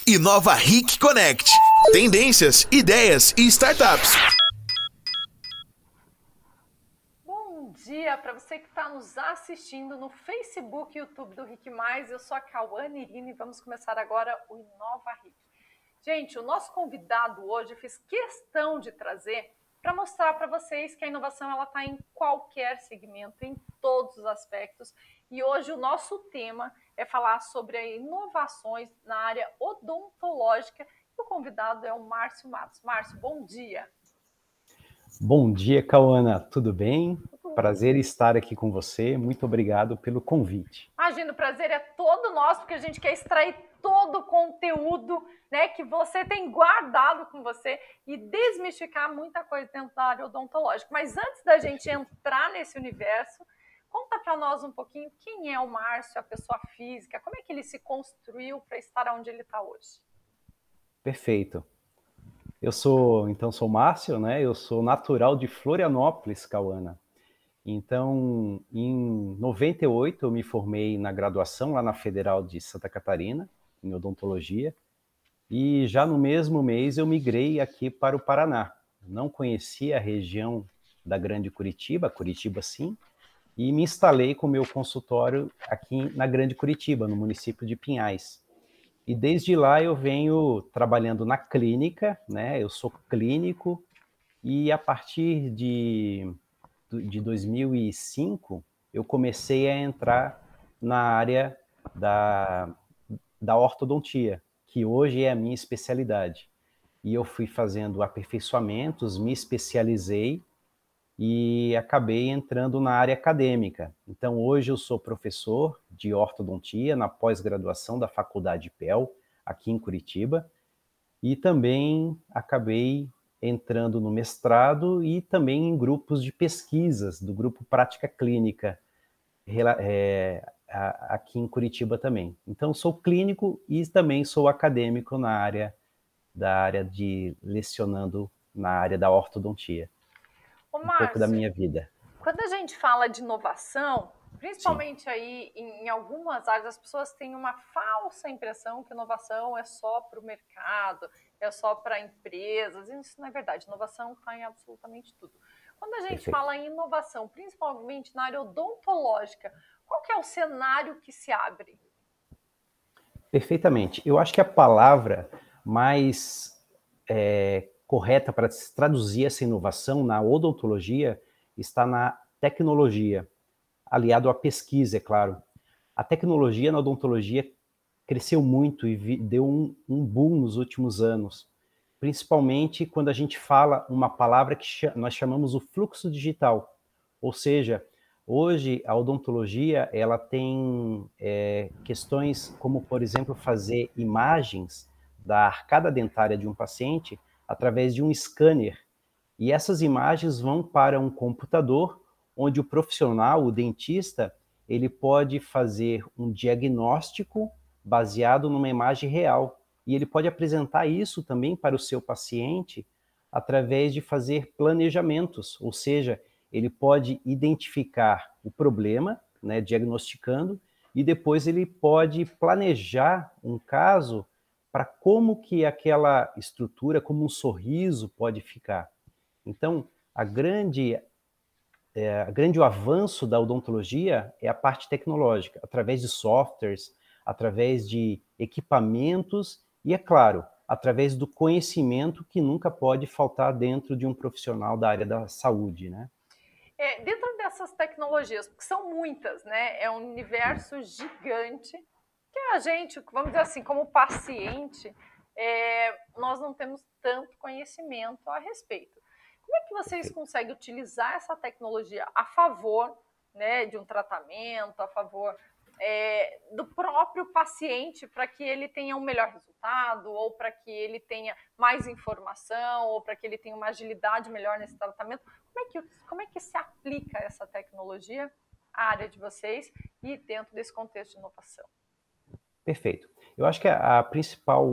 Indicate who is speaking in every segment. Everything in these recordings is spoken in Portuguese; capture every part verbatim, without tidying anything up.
Speaker 1: Inova Ric Connect. Tendências, ideias e startups.
Speaker 2: Bom dia para você que está nos assistindo no Facebook e YouTube do Ric Mais. Eu sou a Cauane Irina e vamos começar agora o Inova Ric. Gente, o nosso convidado hoje fiz questão de trazer para mostrar para vocês que a inovação ela está em qualquer segmento, em todos os aspectos. E hoje o nosso tema é falar sobre inovações na área odontológica. E o convidado é o Márcio Matos. Márcio, bom dia.
Speaker 3: Bom dia, Cauana. Tudo bem? Prazer estar aqui com você. Muito obrigado pelo convite.
Speaker 2: Imagina, o prazer é todo nosso, porque a gente quer extrair todo o conteúdo, né, que você tem guardado com você e desmistificar muita coisa dentro da área odontológica. Mas antes da gente entrar nesse universo, conta para nós um pouquinho quem é o Márcio, a pessoa física, como é que ele se construiu para estar onde ele está hoje.
Speaker 3: Perfeito. Eu sou, então, sou Márcio, né? Eu sou natural de Florianópolis, Cauana. Então, em noventa e oito, eu me formei na graduação lá na Federal de Santa Catarina, em odontologia, e já no mesmo mês eu migrei aqui para o Paraná. Não conhecia a região da Grande Curitiba, Curitiba sim, e me instalei com o meu consultório aqui na Grande Curitiba, no município de Pinhais. E desde lá eu venho trabalhando na clínica, né? Eu sou clínico e a partir de, de dois mil e cinco eu comecei a entrar na área da, da ortodontia, que hoje é a minha especialidade. E eu fui fazendo aperfeiçoamentos, me especializei e acabei entrando na área acadêmica. Então, hoje eu sou professor de ortodontia na pós-graduação da Faculdade P E L, aqui em Curitiba, e também acabei entrando no mestrado e também em grupos de pesquisas, do grupo Prática Clínica, é, aqui em Curitiba também. Então, sou clínico e também sou acadêmico na área, da área de lecionando na área da ortodontia.
Speaker 2: Ô,
Speaker 3: Um
Speaker 2: Márcio,
Speaker 3: pouco da minha vida.
Speaker 2: Quando a gente fala de inovação, principalmente
Speaker 3: Sim.
Speaker 2: aí em, em algumas áreas, as pessoas têm uma falsa impressão que inovação é só para o mercado, é só para empresas. Isso não é verdade. Inovação está em absolutamente tudo. Quando a gente
Speaker 3: Perfeito.
Speaker 2: fala em inovação, principalmente na área odontológica, qual que é o cenário que se abre?
Speaker 3: Perfeitamente. Eu acho que a palavra mais é, correta para traduzir essa inovação na odontologia está na tecnologia, aliado à pesquisa, é claro. A tecnologia na odontologia cresceu muito e vi, deu um, um boom nos últimos anos, principalmente quando a gente fala uma palavra que ch- nós chamamos o fluxo digital, ou seja, hoje a odontologia ela tem é, questões como, por exemplo, fazer imagens da arcada dentária de um paciente através de um scanner, e essas imagens vão para um computador onde o profissional, o dentista, ele pode fazer um diagnóstico baseado numa imagem real. E ele pode apresentar isso também para o seu paciente através de fazer planejamentos, ou seja, ele pode identificar o problema, né, diagnosticando, e depois ele pode planejar um caso para como que aquela estrutura, como um sorriso pode ficar. Então, a grande É, a grande avanço da odontologia é a parte tecnológica, através de softwares, através de equipamentos e, é claro, através do conhecimento que nunca pode faltar dentro de um profissional da área da saúde, né?
Speaker 2: É, dentro dessas tecnologias, porque são muitas, né? É um universo gigante que a gente, vamos dizer assim, como paciente, é, nós não temos tanto conhecimento a respeito. Como é que vocês conseguem utilizar essa tecnologia a favor, né, de um tratamento, a favor é, do próprio paciente, para que ele tenha um melhor resultado, ou para que ele tenha mais informação, ou para que ele tenha uma agilidade melhor nesse tratamento? Como é que, como é que se aplica essa tecnologia à área de vocês e dentro desse contexto de inovação?
Speaker 3: Perfeito. Eu acho que a, a principal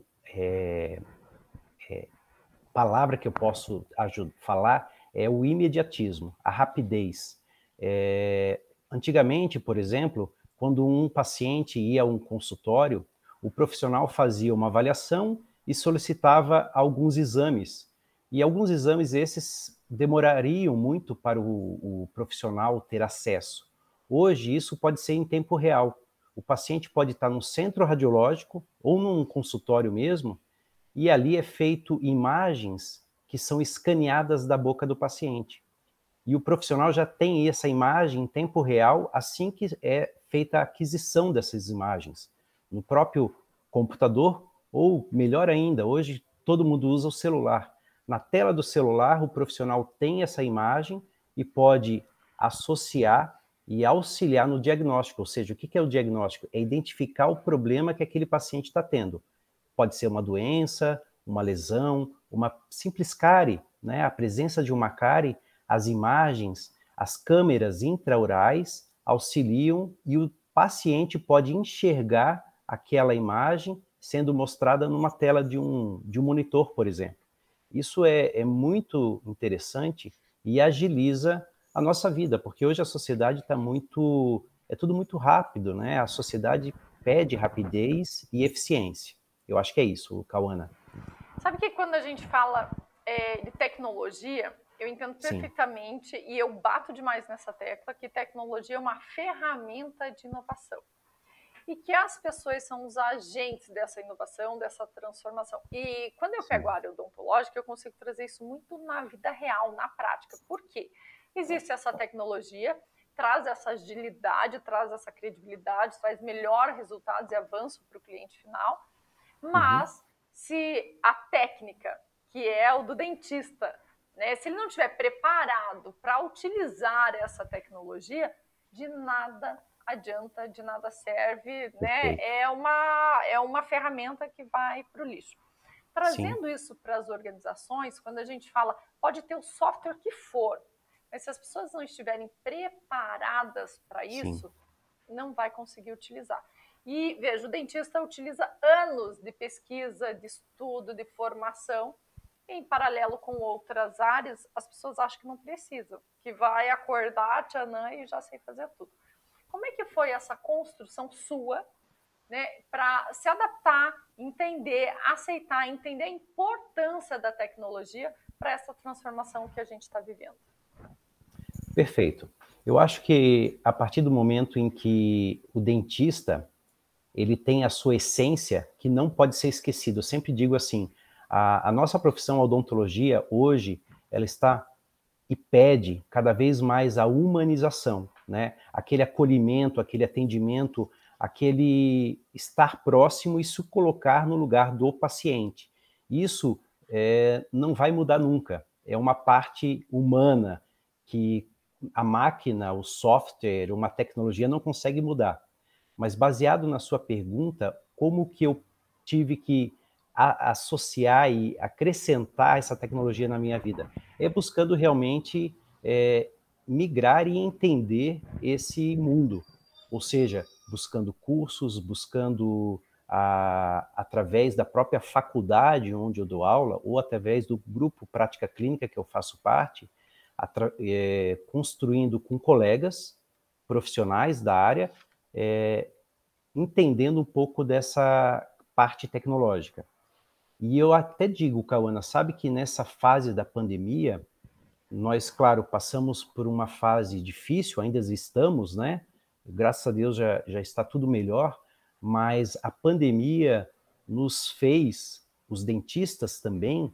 Speaker 3: é, é, palavra que eu posso ajudar, falar é o imediatismo, a rapidez. É, antigamente, por exemplo, quando um paciente ia a um consultório, o profissional fazia uma avaliação e solicitava alguns exames. E alguns exames esses demorariam muito para o, o profissional ter acesso. Hoje, isso pode ser em tempo real. O paciente pode estar no centro radiológico ou num consultório mesmo, e ali é feito imagens que são escaneadas da boca do paciente. E o profissional já tem essa imagem em tempo real assim que é feita a aquisição dessas imagens. No próprio computador, ou melhor ainda, hoje todo mundo usa o celular. Na tela do celular, o profissional tem essa imagem e pode associar e auxiliar no diagnóstico. Ou seja, o que é o diagnóstico? É identificar o problema que aquele paciente está tendo. Pode ser uma doença, uma lesão, uma simples cárie, né? A presença de uma cárie, as imagens, as câmeras intraorais auxiliam e o paciente pode enxergar aquela imagem sendo mostrada numa tela de um, de um monitor, por exemplo. Isso é, é muito interessante e agiliza a nossa vida, porque hoje a sociedade está muito... é tudo muito rápido, né? A sociedade pede rapidez e eficiência. Eu acho que é isso, Cauana.
Speaker 2: Sabe que quando a gente fala é, de tecnologia, eu entendo
Speaker 3: Sim.
Speaker 2: perfeitamente e eu bato demais nessa tecla que tecnologia é uma ferramenta de inovação. E que as pessoas são os agentes dessa inovação, dessa transformação. E quando eu
Speaker 3: Sim.
Speaker 2: pego a área odontológica, eu consigo trazer isso muito na vida real, na prática. Por quê? Existe essa tecnologia, traz essa agilidade, traz essa credibilidade, traz melhores resultados e avanço para o cliente final, mas uhum. se a técnica, que é o do dentista, né, se ele não estiver preparado para utilizar essa tecnologia, de nada adianta, de nada serve, né? É uma, é uma ferramenta que vai para o lixo. Trazendo Sim. isso para as organizações, quando a gente fala, pode ter o software que for, mas se as pessoas não estiverem preparadas para isso, Sim. não vai conseguir utilizar. E, veja, o dentista utiliza anos de pesquisa, de estudo, de formação, em paralelo com outras áreas, as pessoas acham que não precisam, que vai acordar, tchanã, e já sei fazer tudo. Como é que foi essa construção sua, né, para se adaptar, entender, aceitar, entender a importância da tecnologia para essa transformação que a gente está vivendo?
Speaker 3: Perfeito. Eu acho que a partir do momento em que o dentista ele tem a sua essência, que não pode ser esquecido. Eu sempre digo assim, a, a nossa profissão, a odontologia, hoje, ela está e pede cada vez mais a humanização, né? Aquele acolhimento, aquele atendimento, aquele estar próximo e se colocar no lugar do paciente. Isso é, não vai mudar nunca. É uma parte humana que a máquina, o software, uma tecnologia não consegue mudar. Mas baseado na sua pergunta, como que eu tive que a, associar e acrescentar essa tecnologia na minha vida? É buscando realmente é, migrar e entender esse mundo. Ou seja, buscando cursos, buscando a, através da própria faculdade onde eu dou aula, ou através do grupo Prática Clínica que eu faço parte, atra, é, construindo com colegas profissionais da área, é, entendendo um pouco dessa parte tecnológica. E eu até digo, Cauana, sabe que nessa fase da pandemia, nós, claro, passamos por uma fase difícil, ainda estamos, né? Graças a Deus já, já está tudo melhor, mas a pandemia nos fez, os dentistas também,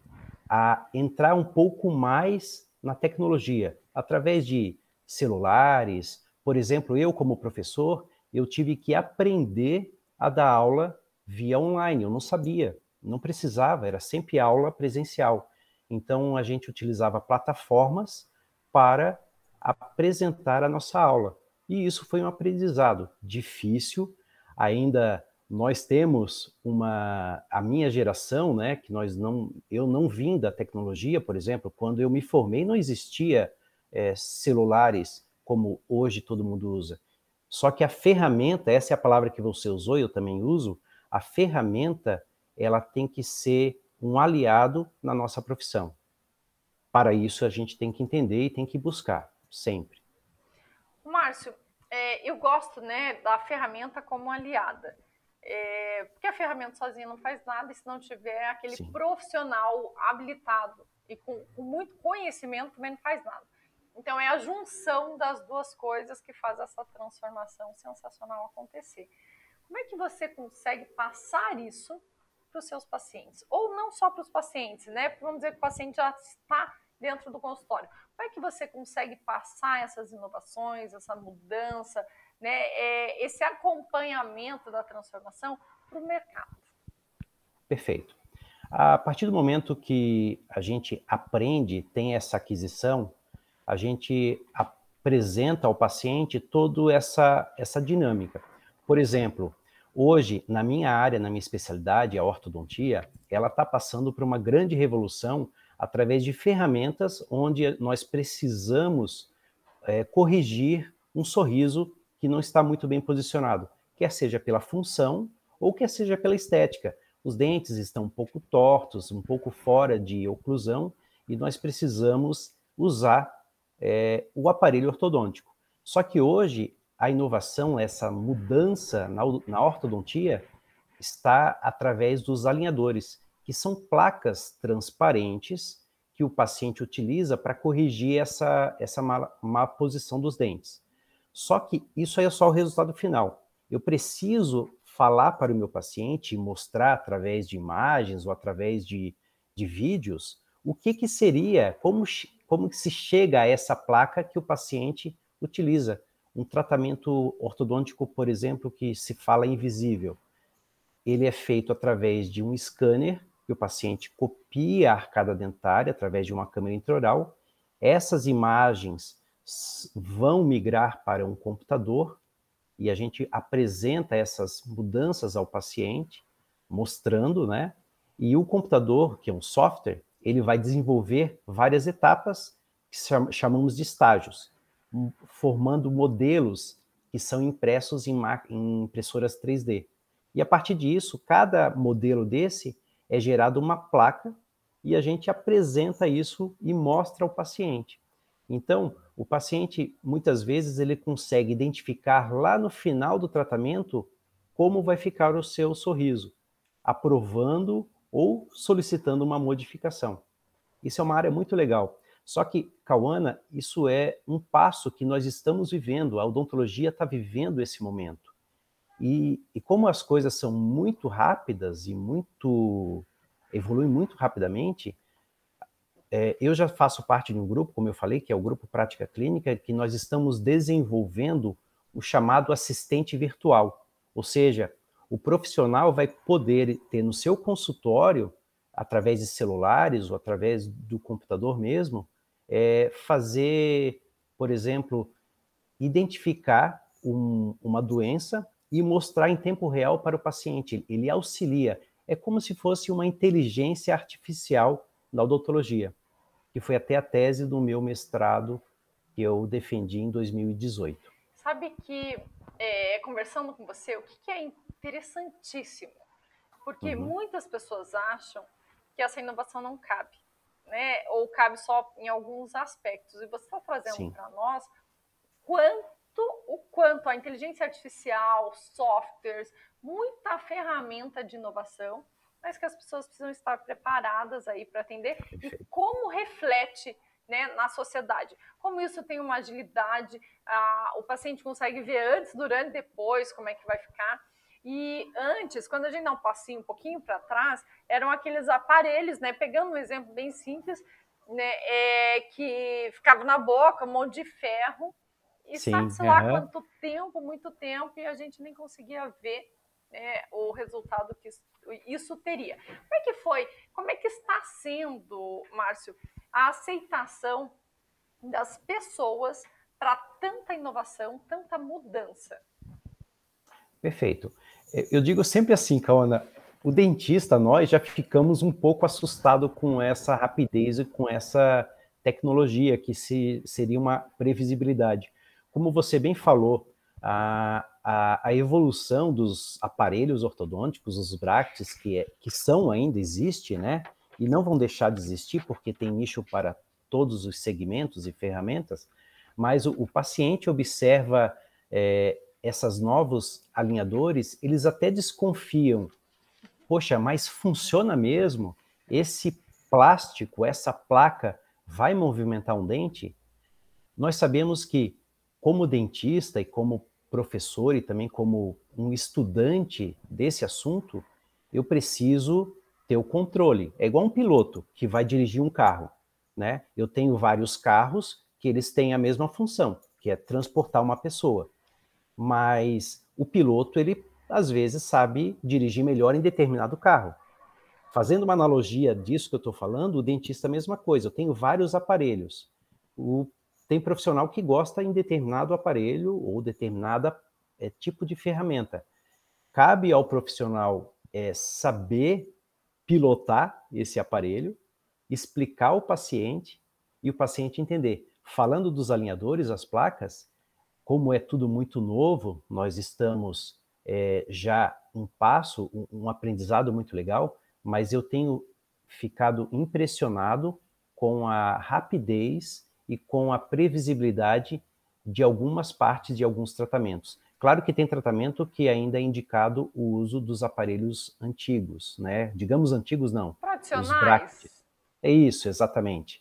Speaker 3: a entrar um pouco mais na tecnologia, através de celulares. Por exemplo, eu como professor, eu tive que aprender a dar aula via online, eu não sabia, não precisava, era sempre aula presencial. Então, a gente utilizava plataformas para apresentar a nossa aula. E isso foi um aprendizado difícil. Ainda nós temos uma... A minha geração, né, que nós não... Eu não vim da tecnologia, por exemplo, quando eu me formei não existia é, celulares como hoje todo mundo usa. Só que a ferramenta, essa é a palavra que você usou, eu também uso, a ferramenta, ela tem que ser um aliado na nossa profissão. Para isso, a gente tem que entender e tem que buscar, sempre.
Speaker 2: Márcio, é, eu gosto, né, da ferramenta como aliada. É, porque a ferramenta sozinha não faz nada, e se não tiver aquele
Speaker 3: Sim.
Speaker 2: profissional habilitado e com, com muito conhecimento, também não faz nada. Então, é a junção das duas coisas que faz essa transformação sensacional acontecer. Como é que você consegue passar isso para os seus pacientes? Ou não só para os pacientes, né? Vamos dizer que o paciente já está dentro do consultório. Como é que você consegue passar essas inovações, essa mudança, né? É, esse acompanhamento da transformação para o mercado?
Speaker 3: Perfeito. A partir do momento que a gente aprende, tem essa aquisição, a gente apresenta ao paciente toda essa, essa dinâmica. Por exemplo, hoje, na minha área, na minha especialidade, a ortodontia, ela está passando por uma grande revolução através de ferramentas onde nós precisamos é, corrigir um sorriso que não está muito bem posicionado, quer seja pela função ou quer seja pela estética. Os dentes estão um pouco tortos, um pouco fora de oclusão, e nós precisamos usar é, o aparelho ortodôntico. Só que hoje, a inovação, essa mudança na, na ortodontia, está através dos alinhadores, que são placas transparentes que o paciente utiliza para corrigir essa, essa má, má posição dos dentes. Só que isso aí é só o resultado final. Eu preciso falar para o meu paciente, mostrar através de imagens ou através de, de vídeos, o que, que seria, como, como que se chega a essa placa que o paciente utiliza. Um tratamento ortodôntico, por exemplo, que se fala invisível. Ele é feito através de um scanner, que o paciente copia a arcada dentária através de uma câmera intraoral. Essas imagens vão migrar para um computador e a gente apresenta essas mudanças ao paciente, mostrando, né? E o computador, que é um software, ele vai desenvolver várias etapas que chamamos de estágios, formando modelos que são impressos em, em impressoras três D. E a partir disso, cada modelo desse é gerado uma placa e a gente apresenta isso e mostra ao paciente. Então, o paciente, muitas vezes, ele consegue identificar lá no final do tratamento como vai ficar o seu sorriso, aprovando ou solicitando uma modificação. Isso é uma área muito legal. Só que, Cauana, isso é um passo que nós estamos vivendo, a odontologia está vivendo esse momento. E, e como as coisas são muito rápidas e muito evoluem muito rapidamente, é, eu já faço parte de um grupo, como eu falei, que é o Grupo Prática Clínica, que nós estamos desenvolvendo o chamado assistente virtual. Ou seja, o profissional vai poder ter no seu consultório, através de celulares ou através do computador mesmo, é, fazer, por exemplo, identificar um, uma doença e mostrar em tempo real para o paciente. Ele auxilia. É como se fosse uma inteligência artificial na odontologia, que foi até a tese do meu mestrado que eu defendi em dois mil e dezoito.
Speaker 2: Sabe que, é, conversando com você, o que, que é interessantíssimo? Porque uhum. muitas pessoas acham que essa inovação não cabe, né? Ou cabe só em alguns aspectos. E você está trazendo para nós quanto, o quanto a inteligência artificial, softwares, muita ferramenta de inovação, mas que as pessoas precisam estar preparadas aí para atender. Perfeito. E como reflete, né, na sociedade. Como isso tem uma agilidade, ah, o paciente consegue ver antes, durante, depois, como é que vai ficar. E antes, quando a gente dá um passinho um pouquinho para trás, eram aqueles aparelhos, né, pegando um exemplo bem simples, né, é, que ficava na boca, um monte de ferro, e sabe-se lá uhum. quanto tempo, muito tempo, e a gente nem conseguia ver, né, o resultado que isso, isso teria. Como é que foi, como é que está sendo, Márcio, a aceitação das pessoas para tanta inovação, tanta mudança?
Speaker 3: Perfeito. Eu digo sempre assim, Cauana, o dentista, nós já ficamos um pouco assustados com essa rapidez e com essa tecnologia que se, seria uma previsibilidade. Como você bem falou, a, a, a evolução dos aparelhos ortodônticos, os brackets, que, é, que são ainda, existe, né? E não vão deixar de existir, porque tem nicho para todos os segmentos e ferramentas, mas o, o paciente observa é, essas novos alinhadores, eles até desconfiam. Poxa, mas funciona mesmo? Esse plástico, essa placa, vai movimentar um dente? Nós sabemos que, como dentista e como professor e também como um estudante desse assunto, eu preciso ter o controle. É igual um piloto que vai dirigir um carro, né? Eu tenho vários carros que eles têm a mesma função, que é transportar uma pessoa. Mas o piloto, ele às vezes sabe dirigir melhor em determinado carro. Fazendo uma analogia disso que eu estou falando, o dentista é a mesma coisa. Eu tenho vários aparelhos. O, tem profissional que gosta em determinado aparelho ou determinada é, tipo de ferramenta. Cabe ao profissional é, saber pilotar esse aparelho, explicar ao paciente e o paciente entender. Falando dos alinhadores, as placas, como é tudo muito novo, nós estamos é, já um passo, um, um aprendizado muito legal, mas eu tenho ficado impressionado com a rapidez e com a previsibilidade de algumas partes de alguns tratamentos. Claro que tem tratamento que ainda é indicado o uso dos aparelhos antigos, né? Digamos antigos não, os brackets.
Speaker 2: Tradicionais.
Speaker 3: É isso, exatamente.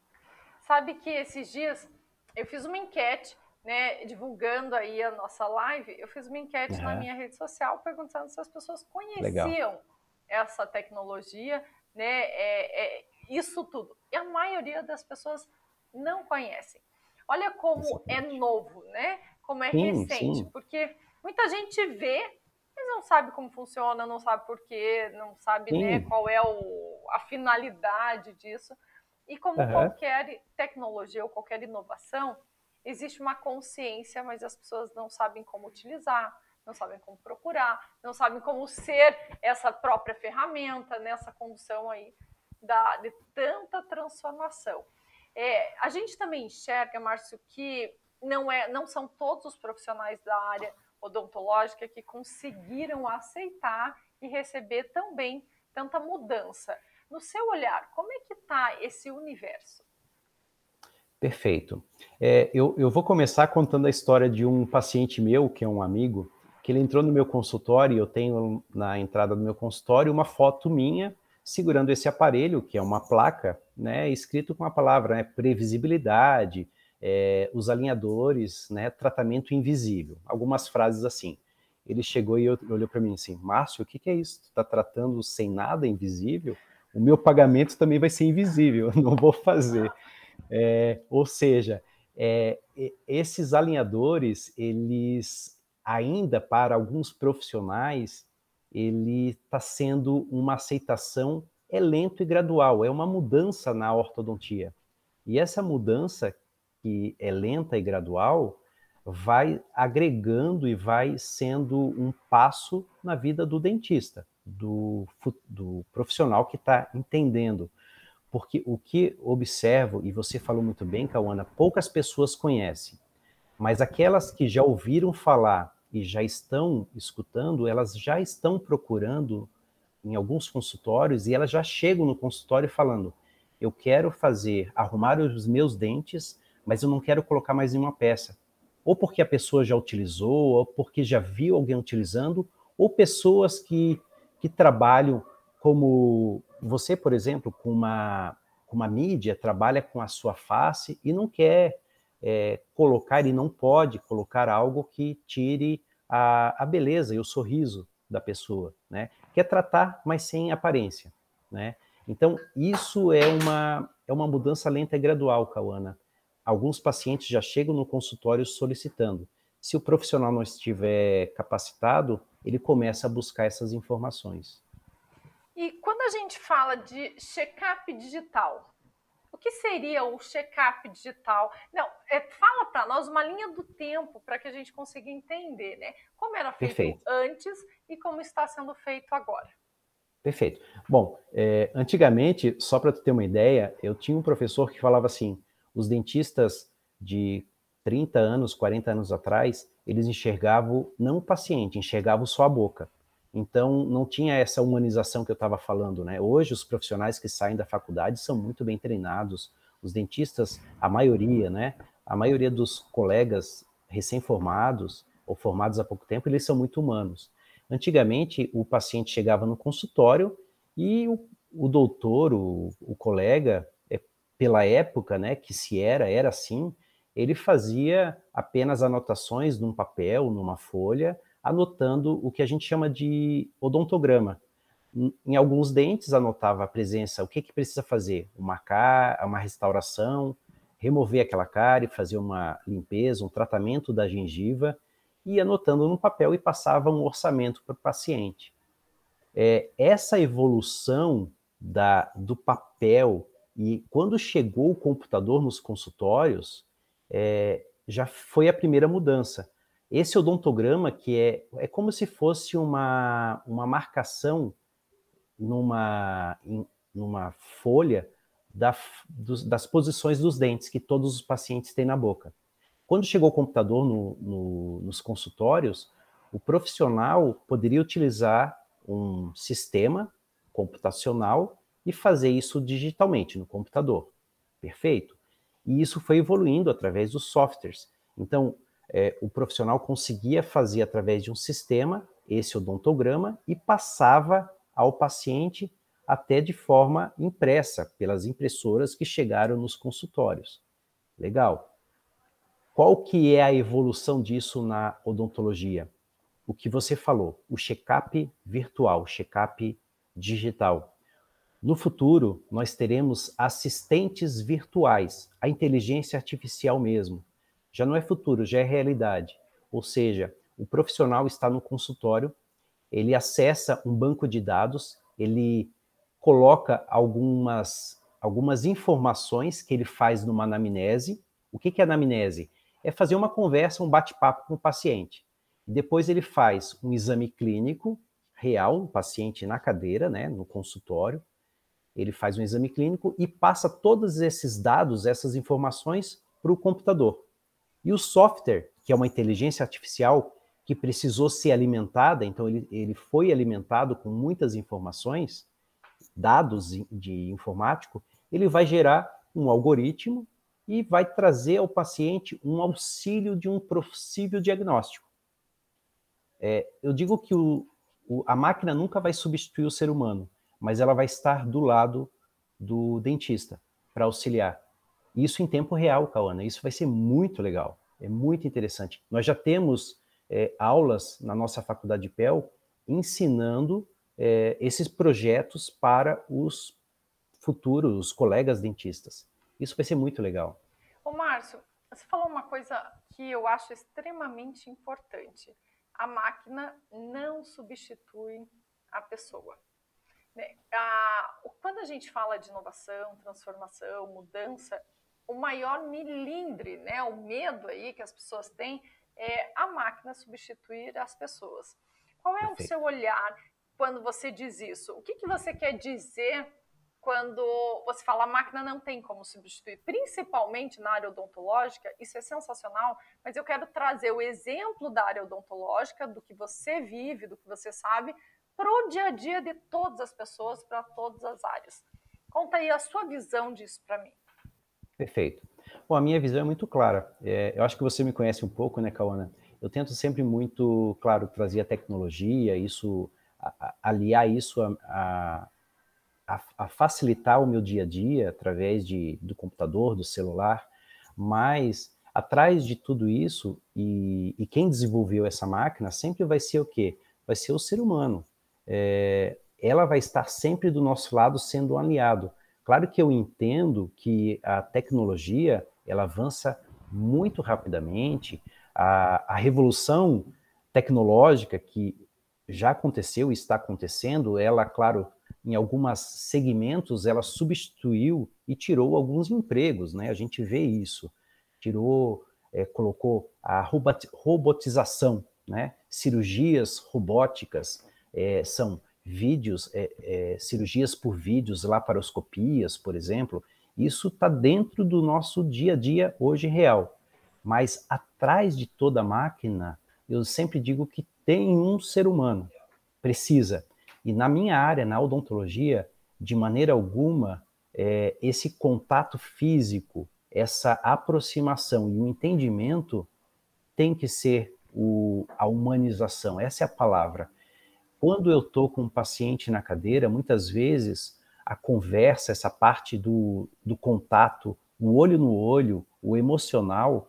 Speaker 2: Sabe que esses dias eu fiz uma enquete, né, divulgando aí a nossa live, eu fiz uma enquete
Speaker 3: Uhum.
Speaker 2: na minha rede social perguntando se as pessoas conheciam
Speaker 3: Legal.
Speaker 2: essa tecnologia, né, é, é, isso tudo. E a maioria das pessoas não conhecem. Olha como
Speaker 3: Exatamente.
Speaker 2: é novo, né? Como é
Speaker 3: Sim,
Speaker 2: recente,
Speaker 3: sim.
Speaker 2: porque muita gente vê, mas não sabe como funciona, não sabe por quê, não sabe, né,
Speaker 3: Sim.
Speaker 2: qual é o, a finalidade disso. E como
Speaker 3: Uhum.
Speaker 2: qualquer tecnologia ou qualquer inovação, existe uma consciência, mas as pessoas não sabem como utilizar, não sabem como procurar, não sabem como ser essa própria ferramenta nessa condução aí da, de tanta transformação. É, a gente também enxerga, Márcio, que não, é, não são todos os profissionais da área odontológica que conseguiram aceitar e receber também tanta mudança. No seu olhar, como é que está esse universo?
Speaker 3: Perfeito. É, eu, eu vou começar contando a história de um paciente meu, que é um amigo, que ele entrou no meu consultório e eu tenho na entrada do meu consultório uma foto minha segurando esse aparelho, que é uma placa, né, escrito com a palavra, né, previsibilidade, é, os alinhadores, né, tratamento invisível, algumas frases assim. Ele chegou e olhou para mim assim, Márcio, o que, que é isso? Tu está tratando sem nada invisível? O meu pagamento também vai ser invisível, não vou fazer. É, ou seja, é, esses alinhadores, eles ainda para alguns profissionais, ele está sendo uma aceitação, é lento e gradual, é uma mudança na ortodontia. E essa mudança, que é lenta e gradual, vai agregando e vai sendo um passo na vida do dentista, do, do profissional que está entendendo. Porque o que observo, e você falou muito bem, Cauana, poucas pessoas conhecem, mas aquelas que já ouviram falar e já estão escutando, elas já estão procurando em alguns consultórios e elas já chegam no consultório falando, eu quero fazer, arrumar os meus dentes, mas eu não quero colocar mais nenhuma peça. Ou porque a pessoa já utilizou, ou porque já viu alguém utilizando, ou pessoas que, que trabalham como você, por exemplo, com uma, com uma mídia, trabalha com a sua face e não quer é, colocar, e não pode colocar algo que tire a, a beleza e o sorriso da pessoa, né? Quer tratar, mas sem aparência, né? Então, isso é uma, é uma mudança lenta e gradual, Cauana. Alguns pacientes já chegam no consultório solicitando. Se o profissional não estiver capacitado, ele começa a buscar essas informações.
Speaker 2: E quando a gente fala de check-up digital, o que seria o check-up digital? Não, é, fala para nós uma linha do tempo para que a gente consiga entender, né? Como era feito
Speaker 3: Perfeito.
Speaker 2: antes e como está sendo feito agora.
Speaker 3: Perfeito. Bom, é, antigamente, só para tu ter uma ideia, eu tinha um professor que falava assim, os dentistas de trinta anos, quarenta anos atrás, eles enxergavam não o paciente, enxergavam só a boca. Então, não tinha essa humanização que eu estava falando, né? Hoje, os profissionais que saem da faculdade são muito bem treinados. Os dentistas, a maioria, né? A maioria dos colegas recém-formados ou formados há pouco tempo, eles são muito humanos. Antigamente, o paciente chegava no consultório e o, o doutor, o, o colega, é, pela época, né, que se era, era assim, ele fazia apenas anotações num papel, numa folha, anotando o que a gente chama de odontograma. Em alguns dentes anotava a presença, o que, que precisa fazer, uma, cárie, uma restauração, remover aquela cárie, fazer uma limpeza, um tratamento da gengiva, e anotando no papel e passava um orçamento para o paciente. É, essa evolução da, do papel, e quando chegou o computador nos consultórios, é, já foi a primeira mudança. Esse odontograma, que é, é como se fosse uma, uma marcação numa, em, numa folha da, dos, das posições dos dentes que todos os pacientes têm na boca. Quando chegou o computador no, no, nos consultórios, o profissional poderia utilizar um sistema computacional e fazer isso digitalmente no computador. Perfeito? E isso foi evoluindo através dos softwares. Então, é, o profissional conseguia fazer através de um sistema esse odontograma e passava ao paciente até de forma impressa, pelas impressoras que chegaram nos consultórios. Legal. Qual que é a evolução disso na odontologia? O que você falou, o check-up virtual, o check-up digital. No futuro, nós teremos assistentes virtuais, a inteligência artificial mesmo. Já não é futuro, já é realidade. Ou seja, o profissional está no consultório, ele acessa um banco de dados, ele coloca algumas, algumas informações que ele faz numa anamnese. O que é anamnese? É fazer uma conversa, um bate-papo com o paciente. Depois ele faz um exame clínico real, o paciente na cadeira, né, no consultório. Ele faz um exame clínico e passa todos esses dados, essas informações, para o computador. E o software, que é uma inteligência artificial que precisou ser alimentada, então ele, ele foi alimentado com muitas informações, dados de informático, ele vai gerar um algoritmo e vai trazer ao paciente um auxílio de um possível diagnóstico. É, eu digo que o, o, a máquina nunca vai substituir o ser humano, mas ela vai estar do lado do dentista para auxiliar. Isso em tempo real, Cauana, isso vai ser muito legal, é muito interessante. Nós já temos é, aulas na nossa faculdade de P E L ensinando é, esses projetos para os futuros colegas dentistas. Isso vai ser muito legal.
Speaker 2: Ô, Márcio, você falou uma coisa que eu acho extremamente importante. A máquina não substitui a pessoa. Né? A, quando a gente fala de inovação, transformação, mudança, o maior milindre, né, o medo aí que as pessoas têm é a máquina substituir as pessoas. Qual é Perfeito. O seu olhar quando você diz isso? O que, que você quer dizer quando você fala a máquina não tem como substituir? Principalmente na área odontológica, isso é sensacional, mas eu quero trazer o exemplo da área odontológica, do que você vive, do que você sabe, para o dia a dia de todas as pessoas, para todas as áreas. Conta aí a sua visão disso para mim. Perfeito.
Speaker 3: Bom, a minha visão é muito clara. É, eu acho que você me conhece um pouco, né, Cauana? Eu tento sempre muito, claro, trazer a tecnologia, isso, a, a, aliar isso a, a, a facilitar o meu dia a dia através de, do computador, do celular, mas atrás de tudo isso, e, e quem desenvolveu essa máquina sempre vai ser o quê? Vai ser o ser humano. É, ela vai estar sempre do nosso lado sendo um aliado. Claro que eu entendo que a tecnologia, ela avança muito rapidamente, a, a revolução tecnológica que já aconteceu e está acontecendo, ela, claro, em alguns segmentos, ela substituiu e tirou alguns empregos, né? A gente vê isso. Tirou, é, colocou a robotização, né? Cirurgias robóticas, é, são vídeos, é, é, cirurgias por vídeos, laparoscopias, por exemplo. Isso está dentro do nosso dia a dia hoje real. Mas atrás de toda máquina, eu sempre digo que tem um ser humano, precisa. E na minha área, na odontologia, de maneira alguma, é, esse contato físico, essa aproximação e o entendimento tem que ser o, o, a humanização, essa é a palavra. Quando eu estou com um paciente na cadeira, muitas vezes a conversa, essa parte do, do contato, o olho no olho, o emocional,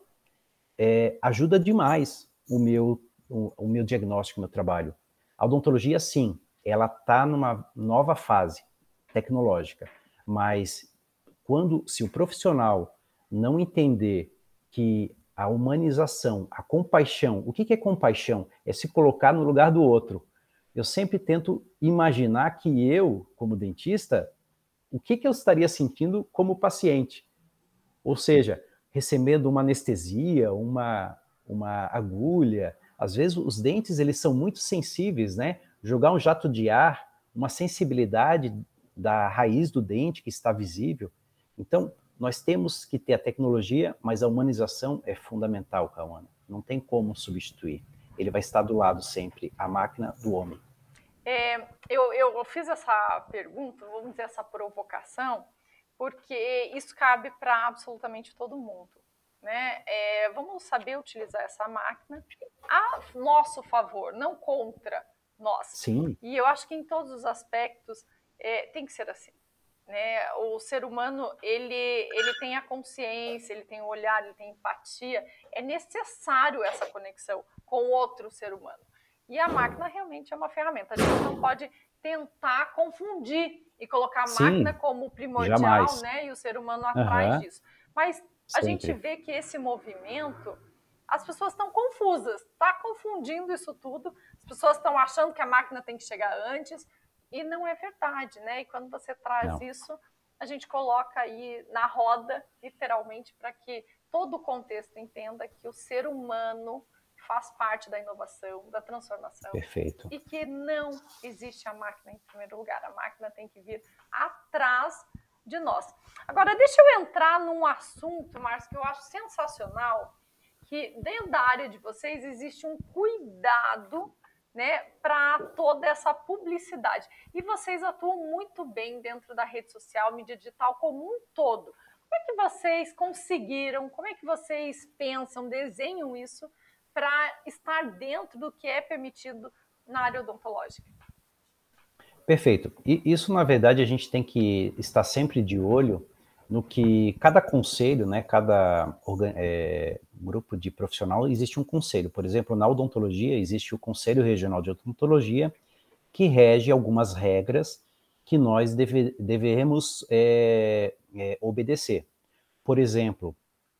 Speaker 3: é, ajuda demais o meu, o, o meu diagnóstico, o meu trabalho. A odontologia, sim, ela está numa nova fase tecnológica, mas quando, se o profissional não entender que a humanização, a compaixão, o que que é compaixão? É se colocar no lugar do outro. Eu sempre tento imaginar que eu, como dentista, o que que eu estaria sentindo como paciente? Ou seja, recebendo uma anestesia, uma, uma agulha. Às vezes os dentes eles são muito sensíveis, né? Jogar um jato de ar, uma sensibilidade da raiz do dente que está visível. Então, nós temos que ter a tecnologia, mas a humanização é fundamental, Cauana. Não tem como substituir. Ele vai estar do lado sempre, a máquina do homem.
Speaker 2: É, eu, eu fiz essa pergunta, vamos dizer, essa provocação, porque isso cabe para absolutamente todo mundo. Né? É, vamos saber utilizar essa máquina a nosso favor, não contra nós.
Speaker 3: Sim.
Speaker 2: E eu acho que em todos os aspectos é, tem que ser assim. Né? O ser humano ele, ele tem a consciência, ele tem o olhar, ele tem empatia. É necessário essa conexão com outro ser humano. E a máquina realmente é uma ferramenta. A gente não pode tentar confundir e colocar a
Speaker 3: Sim,
Speaker 2: máquina como primordial,
Speaker 3: jamais.
Speaker 2: né? E o ser humano atrás
Speaker 3: Uhum.
Speaker 2: disso. Mas a
Speaker 3: Sempre.
Speaker 2: gente vê que esse movimento, as pessoas estão confusas, está confundindo isso tudo, as pessoas estão achando que a máquina tem que chegar antes, e não é verdade, né? E quando você traz
Speaker 3: Não.
Speaker 2: isso, a gente coloca aí na roda, literalmente, para que todo o contexto entenda que o ser humano faz parte da inovação, da transformação.
Speaker 3: Perfeito.
Speaker 2: E que não existe a máquina em primeiro lugar, a máquina tem que vir atrás de nós. Agora, deixa eu entrar num assunto, Márcio, que eu acho sensacional, que dentro da área de vocês existe um cuidado, né, para toda essa publicidade. E vocês atuam muito bem dentro da rede social, mídia digital como um todo. Como é que vocês conseguiram, como é que vocês pensam, desenham isso para estar dentro do que é permitido na área odontológica?
Speaker 3: Perfeito. E isso, na verdade, a gente tem que estar sempre de olho no que cada conselho, né, cada organ- é, grupo de profissional, existe um conselho. Por exemplo, na odontologia, existe o Conselho Regional de Odontologia, que rege algumas regras que nós deve, devemos é, é, obedecer. Por exemplo,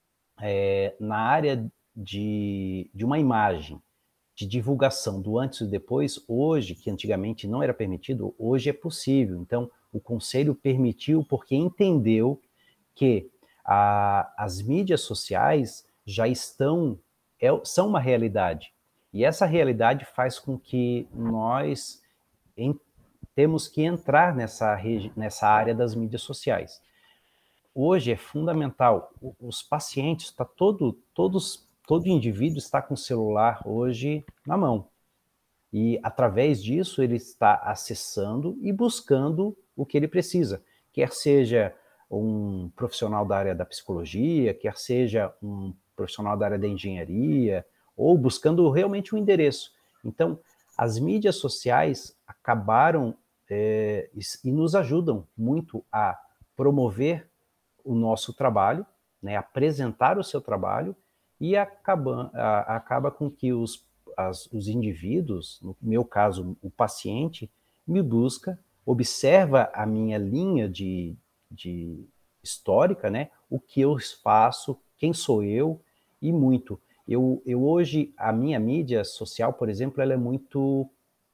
Speaker 3: é, na área de, de uma imagem, de divulgação do antes e depois, hoje, que antigamente não era permitido, hoje é possível. Então, o Conselho permitiu porque entendeu que a, as mídias sociais já estão, é, são uma realidade. E essa realidade faz com que nós em, temos que entrar nessa, nessa área das mídias sociais. Hoje é fundamental, os pacientes, tá todo, todos, todo indivíduo está com o celular hoje na mão. E através disso ele está acessando e buscando o que ele precisa, quer seja um profissional da área da psicologia, quer seja um profissional da área da engenharia, ou buscando realmente um endereço. Então, as mídias sociais acabaram é, e nos ajudam muito a promover o nosso trabalho, né, apresentar o seu trabalho, e acaba, a, acaba com que os, as, os indivíduos, no meu caso, o paciente, me busca, observa a minha linha de, de histórica, né, o que eu faço, quem sou eu, e muito. Eu, eu hoje, a minha mídia social, por exemplo, ela é muito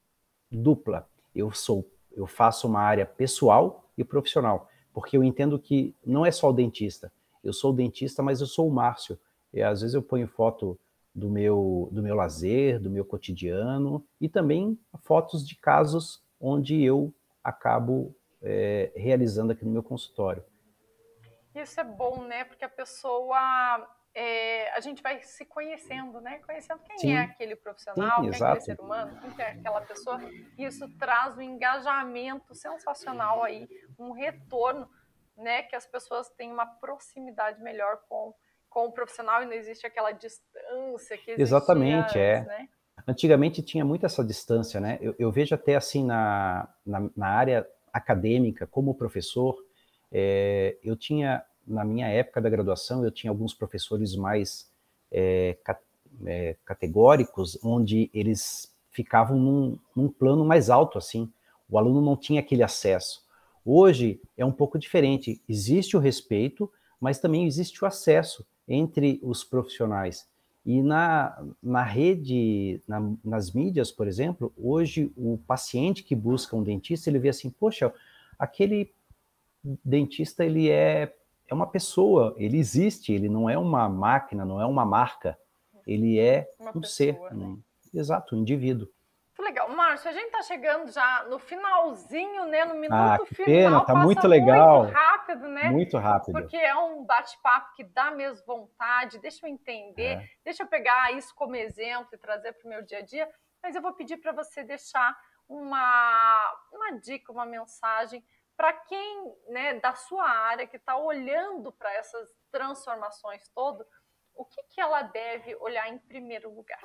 Speaker 3: dupla. Eu sou, eu faço uma área pessoal e profissional, porque eu entendo que não é só o dentista. Eu sou o dentista, mas eu sou o Márcio. E às vezes eu ponho foto do meu, do meu lazer, do meu cotidiano, e também fotos de casos onde eu acabo é, realizando aqui no meu consultório.
Speaker 2: Isso é bom, né? Porque a pessoa, é, a gente vai se conhecendo, né? Conhecendo quem
Speaker 3: Sim,
Speaker 2: é aquele
Speaker 3: sim,
Speaker 2: profissional, quem é aquele
Speaker 3: exato.
Speaker 2: ser humano, quem é aquela pessoa. E isso traz um engajamento sensacional aí, um retorno, né? Que as pessoas têm uma proximidade melhor com, com o profissional e não existe aquela distância que existia
Speaker 3: Exatamente,
Speaker 2: antes,
Speaker 3: é.
Speaker 2: né?
Speaker 3: Antigamente tinha muito essa distância, né? Eu, eu vejo até assim na, na, na área acadêmica, como professor, é, eu tinha, na minha época da graduação, eu tinha alguns professores mais é, ca, é, categóricos, onde eles ficavam num, num plano mais alto, assim. O aluno não tinha aquele acesso. Hoje é um pouco diferente. Existe o respeito, mas também existe o acesso entre os profissionais. E na, na rede, na, nas mídias, por exemplo, hoje o paciente que busca um dentista, ele vê assim, poxa, aquele dentista, ele é, é uma pessoa, ele existe, ele não é uma máquina, não é uma marca, ele é
Speaker 2: Uma
Speaker 3: um
Speaker 2: pessoa,
Speaker 3: ser,
Speaker 2: né?
Speaker 3: um, exato, um indivíduo.
Speaker 2: Muito legal. Márcio, a gente está chegando já no finalzinho, né? No
Speaker 3: Ah,
Speaker 2: minuto
Speaker 3: que pena,
Speaker 2: final,
Speaker 3: tá
Speaker 2: passa
Speaker 3: muito
Speaker 2: muito
Speaker 3: legal,
Speaker 2: rápido, né?
Speaker 3: muito rápido.
Speaker 2: Porque é um bate-papo que dá mesmo vontade, deixa eu entender,
Speaker 3: É.
Speaker 2: deixa eu pegar isso como exemplo e trazer para o meu dia a dia, mas eu vou pedir para você deixar uma, uma dica, uma mensagem para quem, né, da sua área que está olhando para essas transformações todas, o que, que ela deve olhar em primeiro lugar?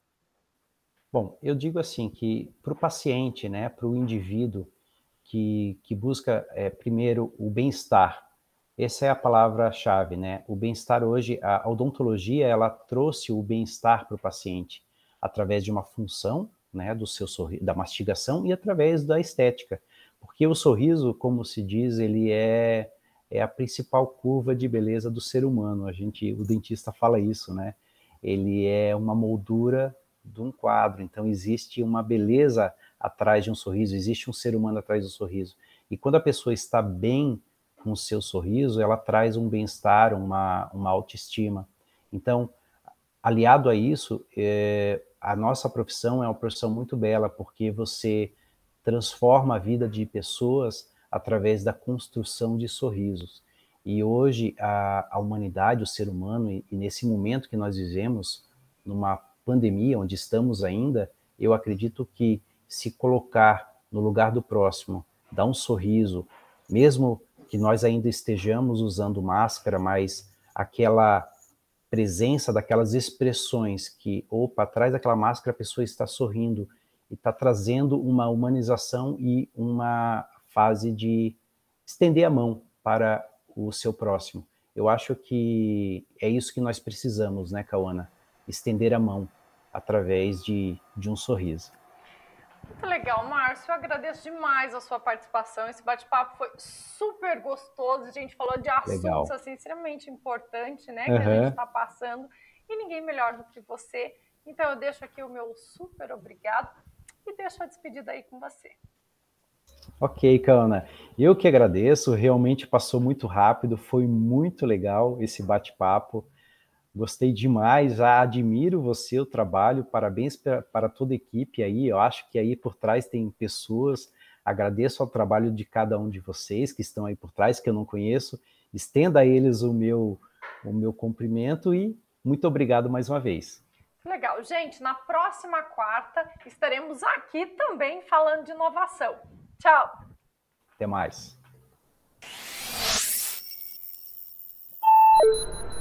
Speaker 3: Bom, eu digo assim que para o paciente, né, para o indivíduo que, que busca é, primeiro o bem-estar, essa é a palavra-chave, né? O bem-estar hoje, a odontologia, ela trouxe o bem-estar para o paciente através de uma função, né, do seu sorriso, da mastigação e através da estética, porque o sorriso, como se diz, ele é é a principal curva de beleza do ser humano. A gente, o dentista fala isso, né? Ele é uma moldura de um quadro, então existe uma beleza atrás de um sorriso, existe um ser humano atrás do sorriso. E quando a pessoa está bem com o seu sorriso, ela traz um bem-estar, uma, uma autoestima. Então, aliado a isso, é, a nossa profissão é uma profissão muito bela, porque você transforma a vida de pessoas através da construção de sorrisos. E hoje a, a humanidade, o ser humano, e, e nesse momento que nós vivemos, numa pandemia, onde estamos ainda, eu acredito que se colocar no lugar do próximo, dar um sorriso, mesmo que nós ainda estejamos usando máscara, mas aquela presença daquelas expressões que, opa, atrás daquela máscara a pessoa está sorrindo e está trazendo uma humanização e uma fase de estender a mão para o seu próximo. Eu acho que é isso que nós precisamos, né, Cauana? Estender a mão através de, de um sorriso.
Speaker 2: Muito legal, Márcio. Eu agradeço demais a sua participação. Esse bate-papo foi super gostoso. A gente falou de assuntos
Speaker 3: Legal.
Speaker 2: assim extremamente importantes, né, que a gente
Speaker 3: Uhum.
Speaker 2: está passando. E ninguém melhor do que você. Então eu deixo aqui o meu super obrigado e deixo a despedida aí com você.
Speaker 3: Ok, Cauana. Eu que agradeço. Realmente passou muito rápido. Foi muito legal esse bate-papo. Gostei demais, admiro você, o trabalho, parabéns pra, para toda a equipe aí, eu acho que aí por trás tem pessoas, agradeço ao trabalho de cada um de vocês que estão aí por trás, que eu não conheço, estenda a eles o meu, o meu cumprimento e muito obrigado mais uma vez.
Speaker 2: Legal, gente, na próxima quarta estaremos aqui também falando de inovação. Tchau!
Speaker 3: Até mais.